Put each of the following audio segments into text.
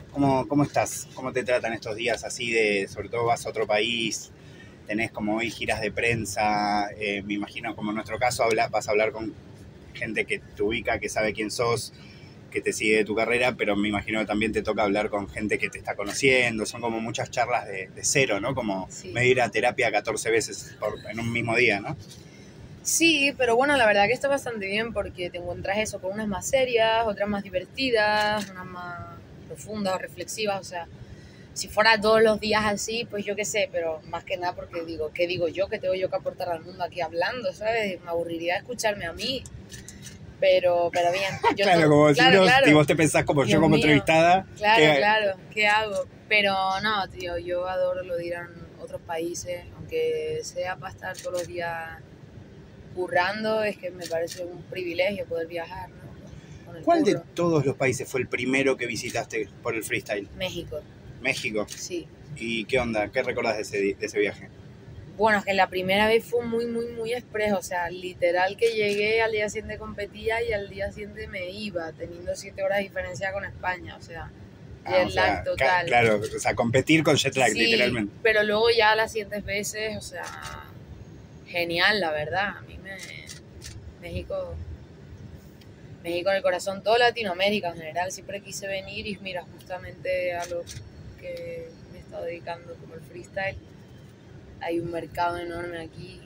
¿Cómo estás? ¿Cómo te tratan estos días así de, sobre todo vas a otro país, tenés como hoy giras de prensa, me imagino como en nuestro caso vas a hablar con gente que te ubica, que sabe quién sos, que te sigue de tu carrera, pero me imagino que también te toca hablar con gente que te está conociendo, son como muchas charlas de cero, ¿no? Como Sí. medio ir a terapia 14 veces en un mismo día, ¿no? Sí, pero bueno, la verdad que está bastante bien porque te encuentras eso con unas más serias, otras más divertidas, unas más profundas o reflexivas, o sea, si fuera todos los días así, pues yo qué sé, pero más que nada porque digo, ¿qué digo yo? ¿Qué tengo yo que aportar al mundo aquí hablando, ¿sabes? Me aburriría escucharme a mí, pero bien. Yo Claro, como si claro. y vos te pensás como Dios yo como mío. entrevistada. Claro, ¿qué hago? Pero no, tío, yo adoro lo de ir a otros países, aunque sea para estar todos los días currando, es que me parece un privilegio poder viajar, ¿no? Con el ¿Cuál de curro. todos los países fue el primero que visitaste por el freestyle? México, México. sí. ¿Y qué onda? ¿Qué recordás de ese viaje? Bueno, es que la primera vez fue muy expreso, o sea, literal que llegué, al día siguiente competía y al día siguiente me iba, teniendo 7 horas de diferencia con España, o sea, jet lag total. Claro, o sea, competir con jet lag, Sí, literalmente. pero luego ya las siguientes veces, o sea, genial, la verdad. A mí México en el corazón, toda Latinoamérica en general, siempre quise venir y mira, justamente a lo que me he estado dedicando como el freestyle, hay un mercado enorme aquí.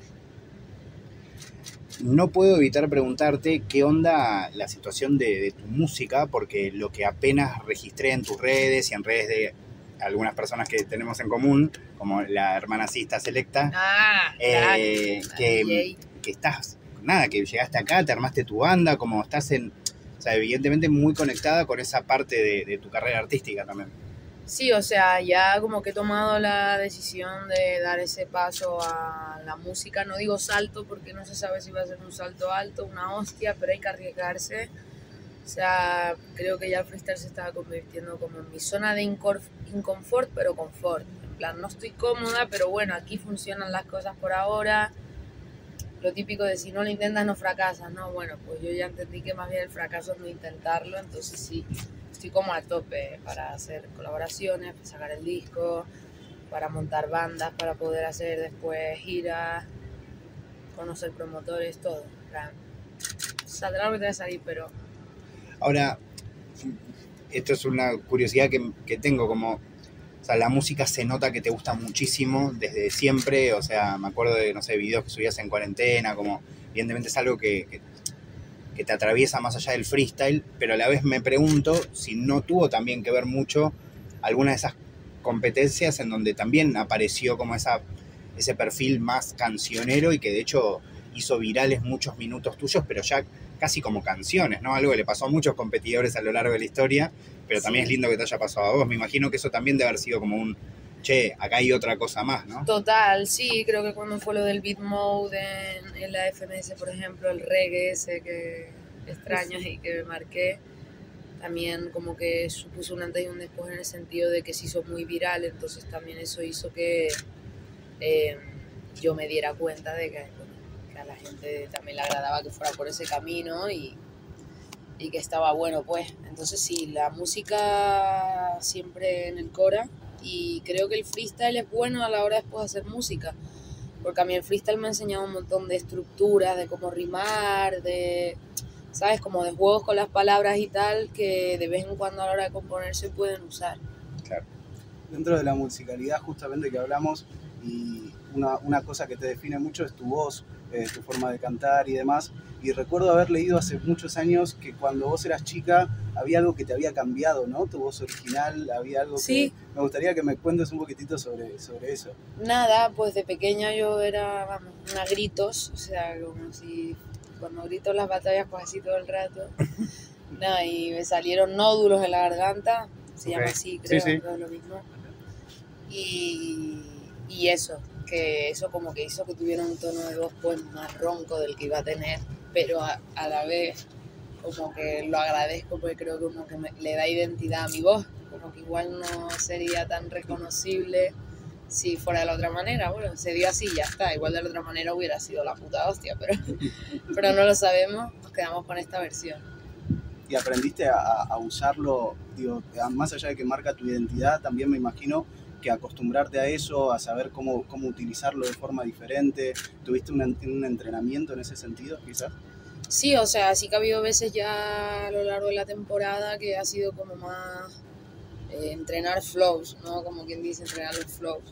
No puedo evitar preguntarte qué onda la situación de tu música, porque lo que apenas registré en tus redes y en redes de algunas personas que tenemos en común, como la hermana Sista Selecta, que estás, nada, que llegaste acá, te armaste tu banda, como estás o sea, evidentemente muy conectada con esa parte de tu carrera artística también. Sí, o sea, ya como que he tomado la decisión de dar ese paso a la música. No digo salto porque no se sabe si va a ser un salto alto, una hostia, pero hay que arriesgarse. O sea, creo que ya el freestyle se estaba convirtiendo como en mi zona de inconfort, pero confort. En plan, no estoy cómoda, pero bueno, aquí funcionan las cosas por ahora. Lo típico de si no lo intentas no fracasas, ¿no? Bueno, pues yo ya entendí que más bien el fracaso es no intentarlo, entonces sí, estoy como a tope para hacer colaboraciones, para sacar el disco, para montar bandas, para poder hacer después giras, conocer promotores, todo. Saldrá lo que tenga que salir, pero... Ahora, esto es una curiosidad que tengo, como, o sea, la música se nota que te gusta muchísimo desde siempre, o sea, me acuerdo de, no sé, videos que subías en cuarentena, como, evidentemente es algo que te atraviesa más allá del freestyle, pero a la vez me pregunto si no tuvo también que ver mucho alguna de esas competencias en donde también apareció como ese perfil más cancionero y que de hecho hizo virales muchos minutos tuyos, pero ya casi como canciones, ¿no? Algo que le pasó a muchos competidores a lo largo de la historia, pero también es lindo que te haya pasado a vos. Me imagino que eso también debe haber sido como un, che, acá hay otra cosa más, ¿no? Total, sí, creo que cuando fue lo del beat mode en la FMS, por ejemplo, el reggae ese que extraño y que me marqué, también como que supuso un antes y un después en el sentido de que se hizo muy viral, entonces también eso hizo que yo me diera cuenta de que a la gente también le agradaba que fuera por ese camino y que estaba bueno, pues. Entonces sí, la música siempre en el Cora, y creo que el freestyle es bueno a la hora después de hacer música, porque a mí el freestyle me ha enseñado un montón de estructuras, de cómo rimar, de, ¿sabes? Como de juegos con las palabras y tal, que de vez en cuando a la hora de componer se pueden usar. Claro. Dentro de la musicalidad justamente que hablamos, y una cosa que te define mucho es tu voz, tu forma de cantar y demás. Y recuerdo haber leído hace muchos años que cuando vos eras chica había algo que te había cambiado, ¿no? Tu voz original, había algo sí. que... Me gustaría que me cuentes un poquitito sobre eso. Nada, pues de pequeña yo era, vamos, una gritos, o sea, como si cuando grito en las batallas, pues así todo el rato. Nada, y me salieron nódulos en la garganta, se llama así, creo, Sí. es lo mismo. Y eso, que eso como que hizo que tuviera un tono de voz pues más ronco del que iba a tener, pero a la vez como que lo agradezco porque creo que como que le da identidad a mi voz, como que igual no sería tan reconocible si fuera de la otra manera. Bueno, se dio así, ya está, igual de la otra manera hubiera sido la puta hostia, pero no lo sabemos, nos quedamos con esta versión. y aprendiste a usarlo, digo, más allá de que marca tu identidad, también me imagino que acostumbrarte a eso, a saber cómo utilizarlo de forma diferente. ¿Tuviste un entrenamiento en ese sentido, quizás? Sí, o sea, sí que ha habido veces ya a lo largo de la temporada que ha sido como más entrenar flows, ¿no? Como quien dice, entrenar los flows.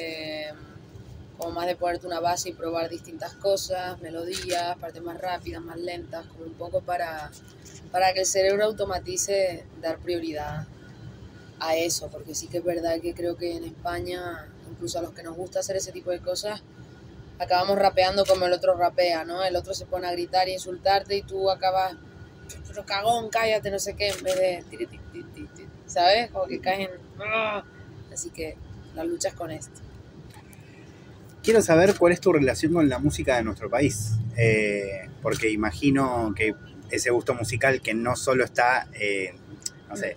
Como más de ponerte una base y probar distintas cosas, melodías, partes más rápidas, más lentas, como un poco para que el cerebro automatice dar prioridad a eso, porque sí que es verdad que creo que en España, incluso a los que nos gusta hacer ese tipo de cosas, acabamos rapeando como el otro rapea, ¿no? El otro se pone a gritar e insultarte y tú acabas, pero cagón, cállate, no sé qué, en vez de ¿sabes? Como que caes en... Así que la lucha es con esto. Quiero saber cuál es tu relación con la música de nuestro país, porque imagino que ese gusto musical que no solo está, no sé,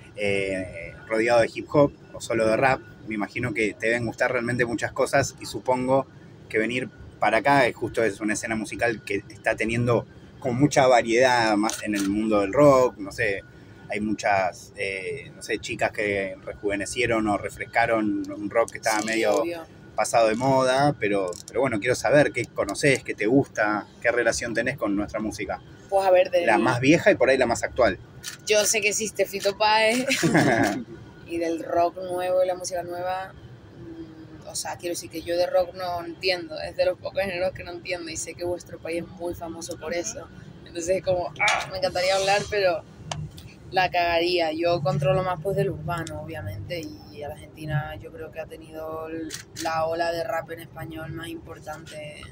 rodeado de hip hop o solo de rap, me imagino que te deben gustar realmente muchas cosas y supongo que venir para acá justo es una escena musical que está teniendo como mucha variedad más en el mundo del rock, no sé, hay muchas, no sé, chicas que rejuvenecieron o refrescaron un rock que estaba medio obvio. Pasado de moda, pero bueno, quiero saber qué conocés, qué te gusta, qué relación tenés con nuestra música. Pues a ver, La más vieja y por ahí la más actual. Yo sé que existe Fito Páez y del rock nuevo y la música nueva, o sea, quiero decir que yo de rock no entiendo, es de los pocos géneros que no entiendo y sé que vuestro país es muy famoso por eso. Entonces es como, me encantaría hablar, pero la cagaría. Yo controlo más pues del urbano, obviamente, y Argentina yo creo que ha tenido la ola de rap en español más importante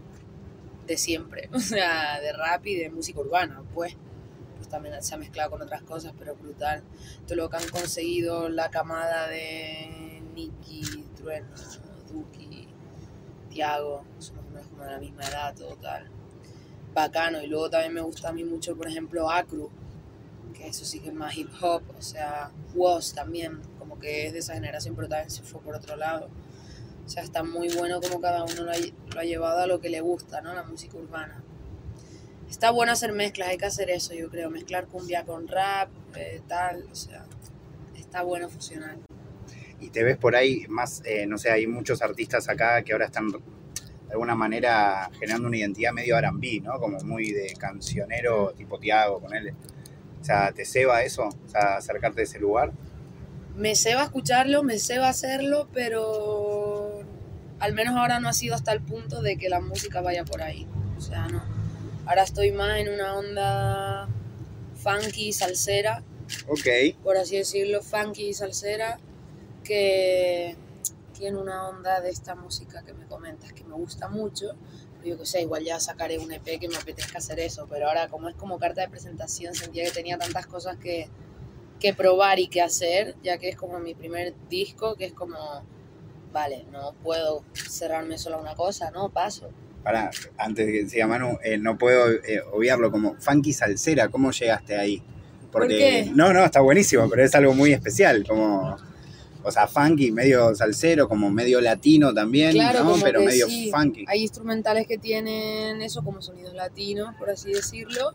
de siempre, o sea, de rap y de música urbana, pues también se ha mezclado con otras cosas, pero brutal. Todo lo que han conseguido la camada de Nicky, Trueno, Duki, Tiago, somos como de la misma edad, todo tal. Bacano. Y luego también me gusta a mí mucho, por ejemplo, Acru, que eso sí que es más hip hop, o sea, Woz también, como que es de esa generación, pero también se fue por otro lado. O sea, está muy bueno como cada uno lo ha llevado a lo que le gusta, ¿no? La música urbana. Está bueno hacer mezclas, hay que hacer eso, yo creo, mezclar cumbia con rap, tal, o sea, está bueno fusionar. Y te ves por ahí más, no sé, hay muchos artistas acá que ahora están de alguna manera generando una identidad medio R&B, ¿no? Como muy de cancionero tipo Tiago, ponele. O sea, ¿te ceba eso? O sea, acercarte a ese lugar. Me ceba escucharlo, me ceba hacerlo, pero al menos ahora no ha sido hasta el punto de que la música vaya por ahí, o sea, no. Ahora estoy más en una onda funky, salsera, por así decirlo, funky y salsera, que tiene una onda de esta música que me comentas, que me gusta mucho. Yo qué sé, igual ya sacaré un EP que me apetezca hacer eso, pero ahora como es como carta de presentación, sentía que tenía tantas cosas que probar y que hacer, ya que es como mi primer disco, que es como, vale, no puedo cerrarme solo a una cosa, ¿no? Paso. Pará, antes de que siga Manu, no puedo obviarlo, como funky salsera, ¿cómo llegaste ahí? Porque, ¿por qué? No, está buenísimo, pero es algo muy especial, como, o sea, funky, medio salsero, como medio latino también, claro, ¿no? como Pero que medio sí, funky. hay instrumentales que tienen eso como sonidos latinos, por así decirlo,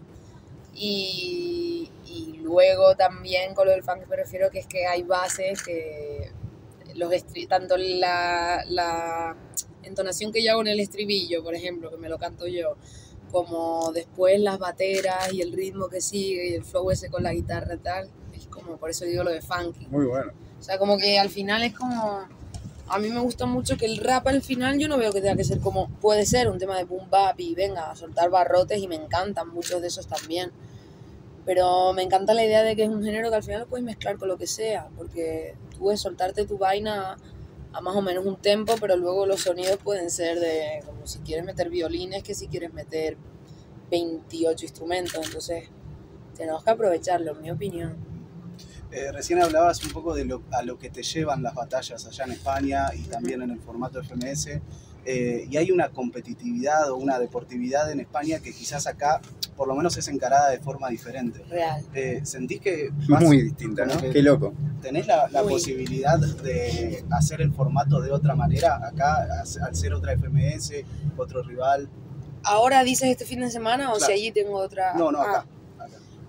y luego también con lo del funk me refiero que es que hay bases que tanto la entonación que yo hago en el estribillo, por ejemplo, que me lo canto yo, como después las bateras y el ritmo que sigue y el flow ese con la guitarra y tal, es como, por eso digo lo de funky. Muy bueno. O sea, como que al final es como, a mí me gusta mucho que el rap al final yo no veo que tenga que ser como, puede ser un tema de boom bap y venga a soltar barrotes y me encantan muchos de esos también, pero me encanta la idea de que es un género que al final lo puedes mezclar con lo que sea, porque tú puedes soltarte tu vaina a más o menos un tempo, pero luego los sonidos pueden ser de, como si quieres meter violines, que si quieres meter 28 instrumentos, entonces tenemos que aprovecharlo, en mi opinión. Recién hablabas un poco de a lo que te llevan las batallas allá en España y también en el formato FMS, y hay una competitividad o una deportividad en España que quizás acá por lo menos es encarada de forma diferente. Real. ¿Sentís que muy distinta, ¿no? Qué loco. ¿Tenés la posibilidad de hacer el formato de otra manera acá, al ser otra FMS, otro rival? ¿Ahora dices este fin de semana o claro. si allí tengo otra? No, acá.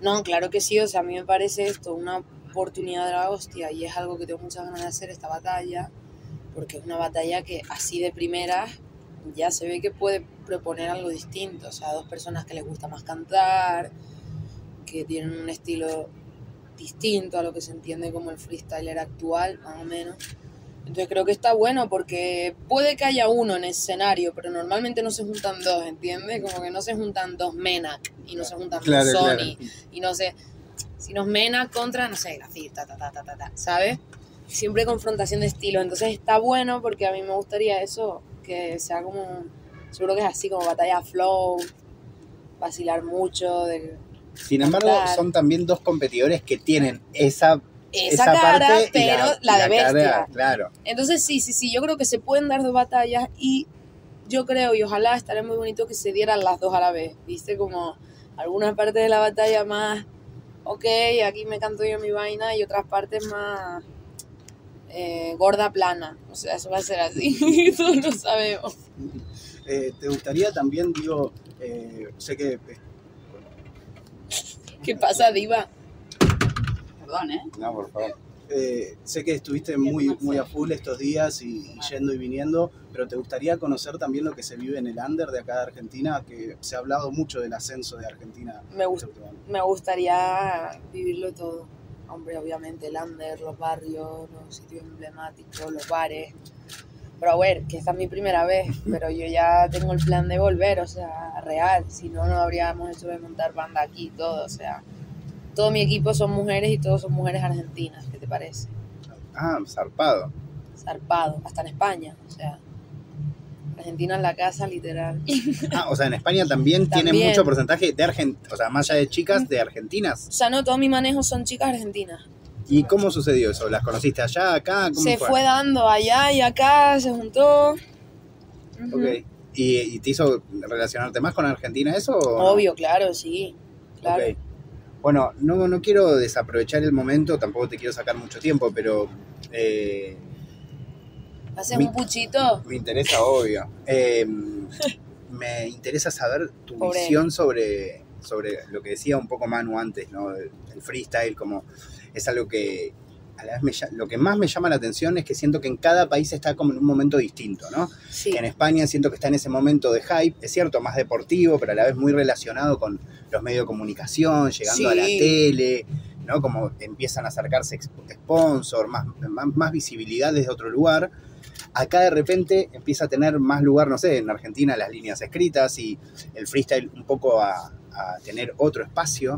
No, claro que sí, o sea, a mí me parece esto una oportunidad de la hostia y es algo que tengo muchas ganas de hacer esta batalla, porque es una batalla que así de primeras ya se ve que puede proponer algo distinto, o sea, dos personas que les gusta más cantar, que tienen un estilo distinto a lo que se entiende como el freestyler actual, más o menos. Entonces creo que está bueno porque puede que haya uno en el escenario, pero normalmente no se juntan dos, ¿entiendes? Como que no se juntan dos Menac y no se juntan dos Sony y no sé, si nos Menac contra, no sé, así, ¿sabes? Siempre confrontación de estilos, entonces está bueno porque a mí me gustaría eso, que sea como, seguro que es así como batalla flow, vacilar mucho. Sin embargo, son también dos competidores que tienen esa cara, parte pero la de bestia. Cara, claro. Entonces sí, yo creo que se pueden dar dos batallas y yo creo, y ojalá estaría muy bonito que se dieran las dos a la vez, ¿viste? Como algunas partes de la batalla más, ok, aquí me canto yo mi vaina, y otras partes más gorda plana, o sea, eso va a ser así, todos lo sabemos. ¿Te gustaría también, digo, sé que... ¿Qué pasa, diva? Perdón, ¿eh? No, por favor. Sé que estuviste muy a full estos días y yendo y viniendo, pero ¿te gustaría conocer también lo que se vive en el under de acá de Argentina? Que se ha hablado mucho del ascenso de Argentina. Me gustaría vivirlo todo. Hombre, obviamente el under, los barrios, los sitios emblemáticos, los bares. Pero a ver, que esta es mi primera vez, pero yo ya tengo el plan de volver, o sea, real. Si no, no habríamos hecho de montar banda aquí y todo, o sea... Todo mi equipo son mujeres y todos son mujeres argentinas, ¿qué te parece? Ah, zarpado. Zarpado, hasta en España, o sea, Argentina en la casa, literal. Ah, o sea, en España también tiene mucho porcentaje de argentinas, o sea, más allá de chicas, de argentinas. O sea, no, todo mi manejo son chicas argentinas. ¿Y cómo sucedió eso? ¿Las conociste allá, acá? ¿Cómo se fue dando allá y acá, se juntó. Ok. ¿Y te hizo relacionarte más con Argentina eso? Obvio, no? Claro, sí, claro. Okay. Bueno, no quiero desaprovechar el momento, tampoco te quiero sacar mucho tiempo, pero... ¿Haces un puchito? Me interesa, obvio. Me interesa saber tu visión sobre lo que decía un poco Manu antes, ¿no? El freestyle, como es algo que a la vez lo que más me llama la atención es que siento que en cada país está como en un momento distinto, ¿no? Sí. En España siento que está en ese momento de hype, es cierto, más deportivo, pero a la vez muy relacionado con los medios de comunicación, llegando a la tele, ¿no? Como empiezan a acercarse sponsors, más visibilidad desde otro lugar. Acá de repente empieza a tener más lugar, no sé, en Argentina las líneas escritas y el freestyle un poco a tener otro espacio.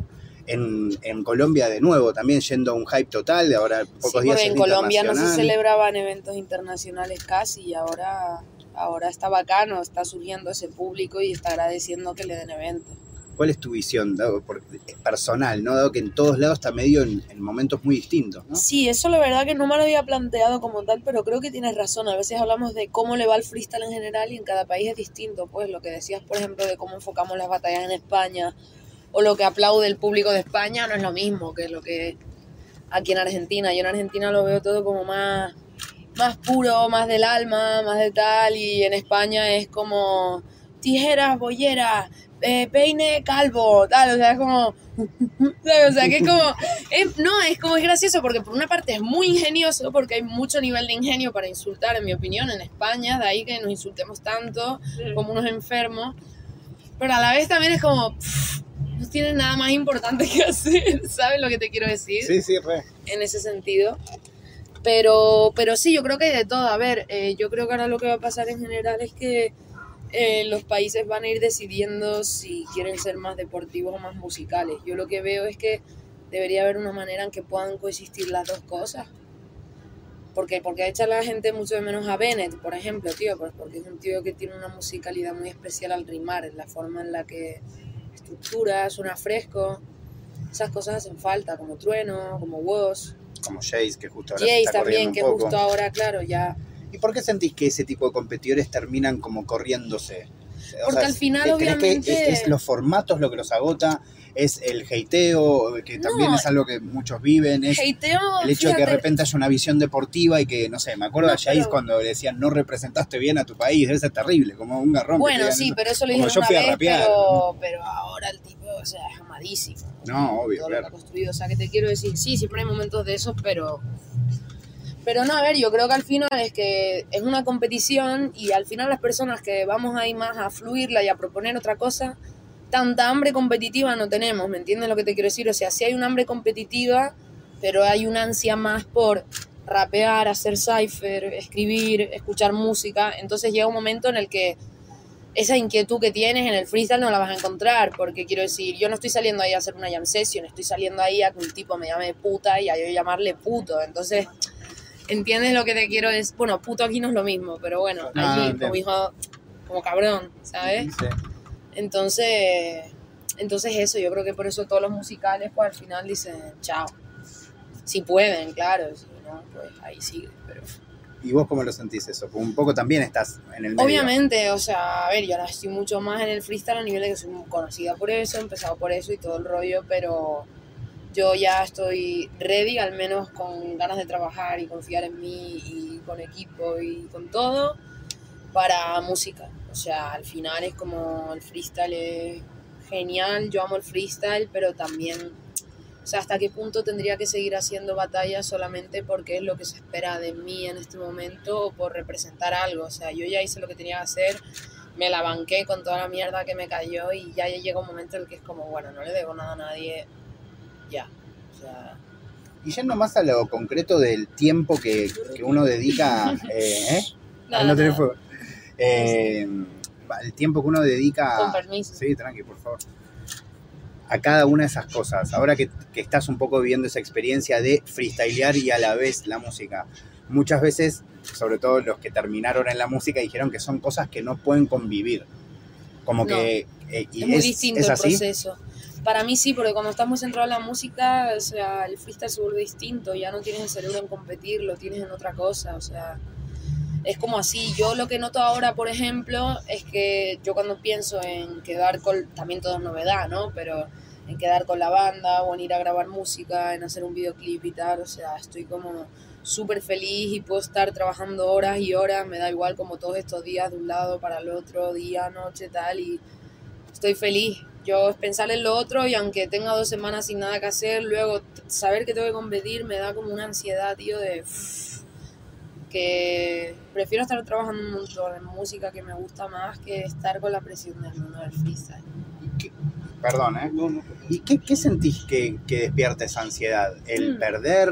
En Colombia de nuevo también yendo a un hype total, de ahora pocos días en Colombia no se celebraban eventos internacionales casi y ahora está bacano, está surgiendo ese público y está agradeciendo que le den eventos. ¿Cuál es tu visión, dado personal, ¿no? Dado que en todos lados está medio en momentos muy distintos, ¿no? Sí, eso la verdad que no me lo había planteado como tal, pero creo que tienes razón. A veces hablamos de cómo le va el freestyle en general y en cada país es distinto. Pues lo que decías, por ejemplo, de cómo enfocamos las batallas en España o lo que aplaude el público de España no es lo mismo que lo que aquí en Argentina. Yo en Argentina lo veo todo como más puro, más del alma, más de tal, y en España es como tijeras, bolleras, peine calvo, tal, o sea, es como, ¿sabes? O sea, que es como, es gracioso porque por una parte es muy ingenioso porque hay mucho nivel de ingenio para insultar, en mi opinión, en España, de ahí que nos insultemos tanto como unos enfermos, pero a la vez también es como, no tienes nada más importante que hacer, ¿sabes lo que te quiero decir? Sí, re. En ese sentido. Pero sí, yo creo que hay de todo. A ver, yo creo que ahora lo que va a pasar en general es que los países van a ir decidiendo si quieren ser más deportivos o más musicales. Yo lo que veo es que debería haber una manera en que puedan coexistir las dos cosas. Porque echa a la gente mucho de menos a Bennett, por ejemplo, tío, porque es un tío que tiene una musicalidad muy especial al rimar, en la forma en la que estructura, suena fresco. Esas cosas hacen falta, como Trueno, como Woz. Como Jace, que justo ahora se está también, que poco. justo ahora, claro, ya... ¿Y por qué sentís que ese tipo de competidores terminan como corriéndose? Porque al final, obviamente... ¿Crees que es los formatos lo que los agota? ¿Es el hateo, que también es algo que muchos viven? ¿Es hateo, el hecho de que de repente haya una visión deportiva y que, no sé, me acuerdo de Jace cuando le decían no representaste bien a tu país? Debe ser terrible, como un garrón. Bueno, sí, pero eso lo dijeron una vez, pero ahora el tipo, o sea, es mamadísimo. No, obvio, todo lo que claro. ha construido. O sea, que te quiero decir, sí, siempre hay momentos de esos, pero no, a ver, yo creo que al final es que es una competición y al final las personas que vamos ahí más a fluirla y a proponer otra cosa, tanta hambre competitiva no tenemos, ¿me entiendes lo que te quiero decir? O sea, sí hay un hambre competitiva, pero hay una ansia más por rapear, hacer cypher, escribir, escuchar música. Entonces llega un momento en el que esa inquietud que tienes en el freestyle no la vas a encontrar, porque quiero decir, yo no estoy saliendo ahí a hacer una jam session, estoy saliendo ahí a que un tipo me llame puta y a yo llamarle puto. Entonces, ¿entiendes lo que te quiero decir? Bueno, puto aquí no es lo mismo, pero bueno, No, allí entiendo. como hijo, como cabrón, ¿sabes? Sí. Entonces eso, yo creo que por eso todos los musicales pues al final dicen chao. Si pueden, claro, si no, pues ahí sigue, pero... ¿Y vos cómo lo sentís eso? Un poco también estás en el medio. Obviamente, o sea, a ver, yo ahora estoy mucho más en el freestyle a nivel de que soy conocida por eso, he empezado por eso y todo el rollo, pero yo ya estoy ready, al menos con ganas de trabajar y confiar en mí y con equipo y con todo, para música. O sea, al final es como el freestyle es genial, yo amo el freestyle, pero también, o sea, hasta qué punto tendría que seguir haciendo batallas solamente porque es lo que se espera de mí en este momento o por representar algo. O sea, yo ya hice lo que tenía que hacer, me la banqué con toda la mierda que me cayó y ya llega un momento en el que es como, bueno, no le debo nada a nadie, ya. O sea... Y yendo más a lo concreto del tiempo que uno dedica... Nada, no tenés nada. fuego. El tiempo que uno dedica... Con permiso. Sí, tranqui, por favor. A cada una de esas cosas. Ahora que estás un poco viviendo esa experiencia de freestylear y a la vez la música. Muchas veces, sobre todo los que terminaron en la música, dijeron que son cosas que no pueden convivir. Como No, que... y es muy distinto el proceso. Para mí sí, porque cuando estás muy centrado en la música, o sea, el freestyle se vuelve distinto. Ya no tienes el cerebro en competir, lo tienes en otra cosa, o sea... Es como así, yo lo que noto ahora, por ejemplo, es que yo cuando pienso en quedar con, también todo es novedad, ¿no? Pero en quedar con la banda o en ir a grabar música, en hacer un videoclip y tal, o sea, estoy como súper feliz y puedo estar trabajando horas y horas, me da igual como todos estos días de un lado para el otro, día, noche, tal, y estoy feliz. Yo es pensar en lo otro y aunque tenga 2 semanas sin nada que hacer, luego saber que tengo que competir me da como una ansiedad, tío, de... que prefiero estar trabajando un montón en música que me gusta más que estar con la presión del mundo del freestyle. Perdón, ¿eh? No. ¿Y qué sentís que despierta esa ansiedad? ¿El perder?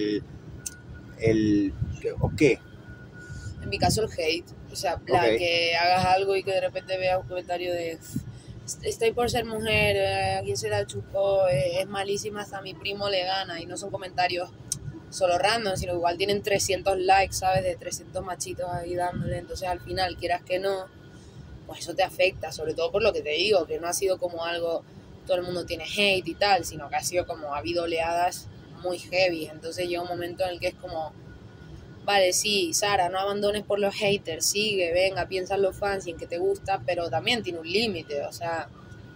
¿O qué? En mi caso el hate, o sea, que hagas algo y que de repente veas un comentario de estoy por ser mujer, a quién se la chupó, es malísima, hasta a mi primo le gana, y no son comentarios solo random, sino igual tienen 300 likes, ¿sabes? De 300 machitos ahí dándole, entonces al final, quieras que no, pues eso te afecta, sobre todo por lo que te digo, que no ha sido como algo, todo el mundo tiene hate y tal, sino que ha sido como, ha habido oleadas muy heavy, entonces llega un momento en el que es como, vale, sí, Sara, no abandones por los haters, sigue, venga, piensa en los fans y en que te gusta, pero también tiene un límite, o sea...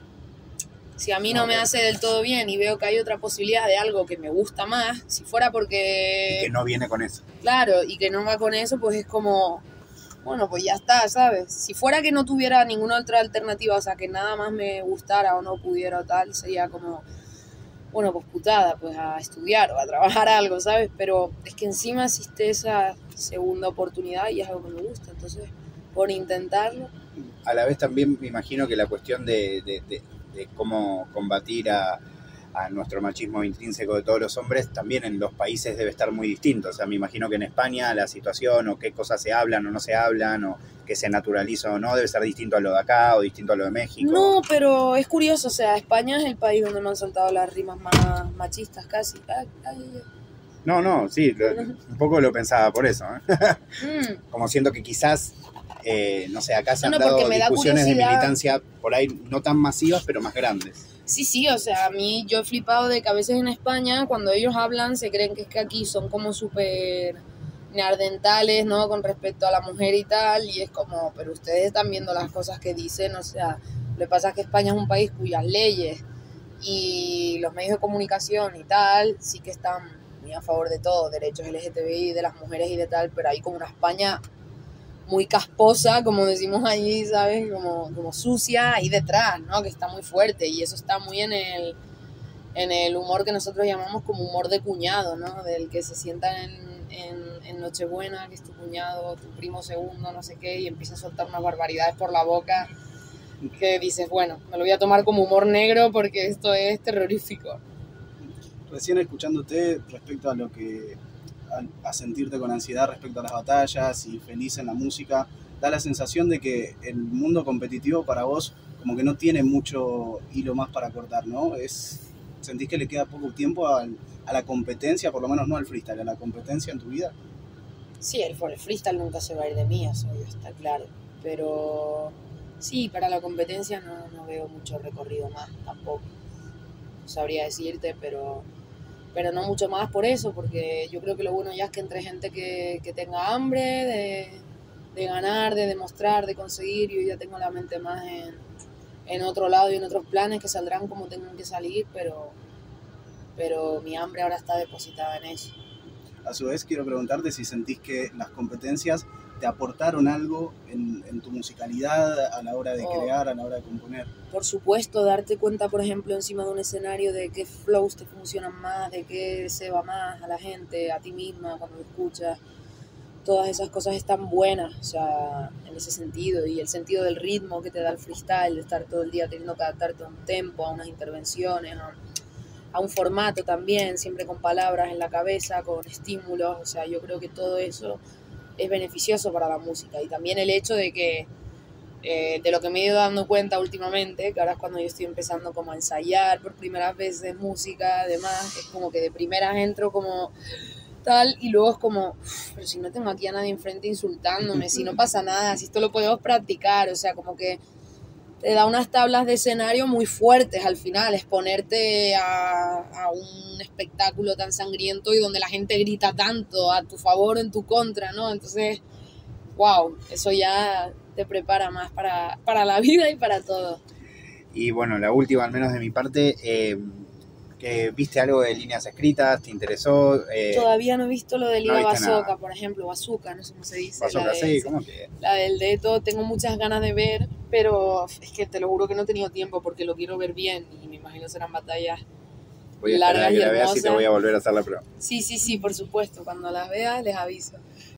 Si a mí no me hace del todo bien y veo que hay otra posibilidad de algo que me gusta más, si fuera porque... Y que no viene con eso. Claro, y que no va con eso, pues es como... Bueno, pues ya está, ¿sabes? Si fuera que no tuviera ninguna otra alternativa, o sea, que nada más me gustara o no pudiera o tal, sería como... Bueno, pues putada, pues a estudiar o a trabajar algo, ¿sabes? Pero es que encima existe esa segunda oportunidad y es algo que me gusta, entonces, por intentarlo... A la vez también me imagino que la cuestión de cómo combatir a nuestro machismo intrínseco de todos los hombres, también en los países debe estar muy distinto. O sea, me imagino que en España la situación o qué cosas se hablan o no se hablan o que se naturaliza o no, debe ser distinto a lo de acá o distinto a lo de México. No, pero es curioso, o sea, España es el país donde me han soltado las rimas más machistas casi. No, sí, un poco lo pensaba por eso, ¿eh? Como siento que quizás... no sé, acá se han dado discusiones de militancia por ahí no tan masivas, pero más grandes. Sí, o sea, a mí yo he flipado de que a veces en España, cuando ellos hablan, se creen que es que aquí son como súper neardentales, ¿no? Con respecto a la mujer y tal, y es como, pero ustedes están viendo las cosas que dicen, o sea, lo que pasa es que España es un país cuyas leyes y los medios de comunicación y tal, sí que están muy a favor de todo, derechos LGTBI, de las mujeres y de tal, pero hay como una España muy casposa, como decimos allí, ¿sabes? Como sucia ahí detrás, ¿no? Que está muy fuerte y eso está muy en el humor que nosotros llamamos como humor de cuñado, ¿no? Del que se sienta en Nochebuena, que es tu cuñado, tu primo segundo, no sé qué, y empieza a soltar unas barbaridades por la boca que dices, bueno, me lo voy a tomar como humor negro porque esto es terrorífico. Recién escuchándote respecto a lo que a sentirte con ansiedad respecto a las batallas y feliz en la música, da la sensación de que el mundo competitivo para vos como que no tiene mucho hilo más para cortar, ¿no? ¿Sentís que le queda poco tiempo a la competencia, por lo menos no al freestyle, a la competencia en tu vida? Sí, el freestyle nunca se va a ir de mí, eso está claro, pero sí, para la competencia no veo mucho recorrido más tampoco, no sabría decirte, pero no mucho más por eso, porque yo creo que lo bueno ya es que entre gente que tenga hambre de ganar, de demostrar, de conseguir, yo ya tengo la mente más en otro lado y en otros planes que saldrán como tengan que salir, pero mi hambre ahora está depositada en eso. A su vez, quiero preguntarte si sentís que las competencias te aportaron algo en tu musicalidad a la hora de crear, a la hora de componer. Por supuesto, darte cuenta, por ejemplo, encima de un escenario de qué flows te funcionan más, de qué se va más a la gente, a ti misma cuando lo escuchas. Todas esas cosas están buenas, o sea, en ese sentido. Y el sentido del ritmo que te da el freestyle, de estar todo el día teniendo que adaptarte a un tempo, a unas intervenciones, a un formato también, siempre con palabras en la cabeza, con estímulos. O sea, yo creo que todo eso es beneficioso para la música. Y también el hecho de que, de lo que me he ido dando cuenta últimamente, que ahora es cuando yo estoy empezando como a ensayar por primera vez de música, además, es como que de primeras entro como tal y luego es como, pero si no tengo aquí a nadie enfrente insultándome, si no pasa nada, si esto lo podemos practicar, o sea, como que te da unas tablas de escenario muy fuertes al final, exponerte a un espectáculo tan sangriento y donde la gente grita tanto a tu favor o en tu contra, ¿no? Entonces, wow, eso ya te prepara más para la vida y para todo. Y bueno, la última, al menos de mi parte, que ¿viste algo de líneas escritas? ¿Te interesó? Todavía no he visto lo de Liga no viste Bazooka, nada. por ejemplo, Bazooka, no sé cómo se dice. Bazooka, sí, ¿cómo que? La del Deto, tengo muchas ganas de ver, pero es que te lo juro que no he tenido tiempo porque lo quiero ver bien y me imagino serán batallas Voy a largas esperar a que y la veas hermosas. y te voy a volver a hacer la prueba. Sí, por supuesto, cuando las veas les aviso.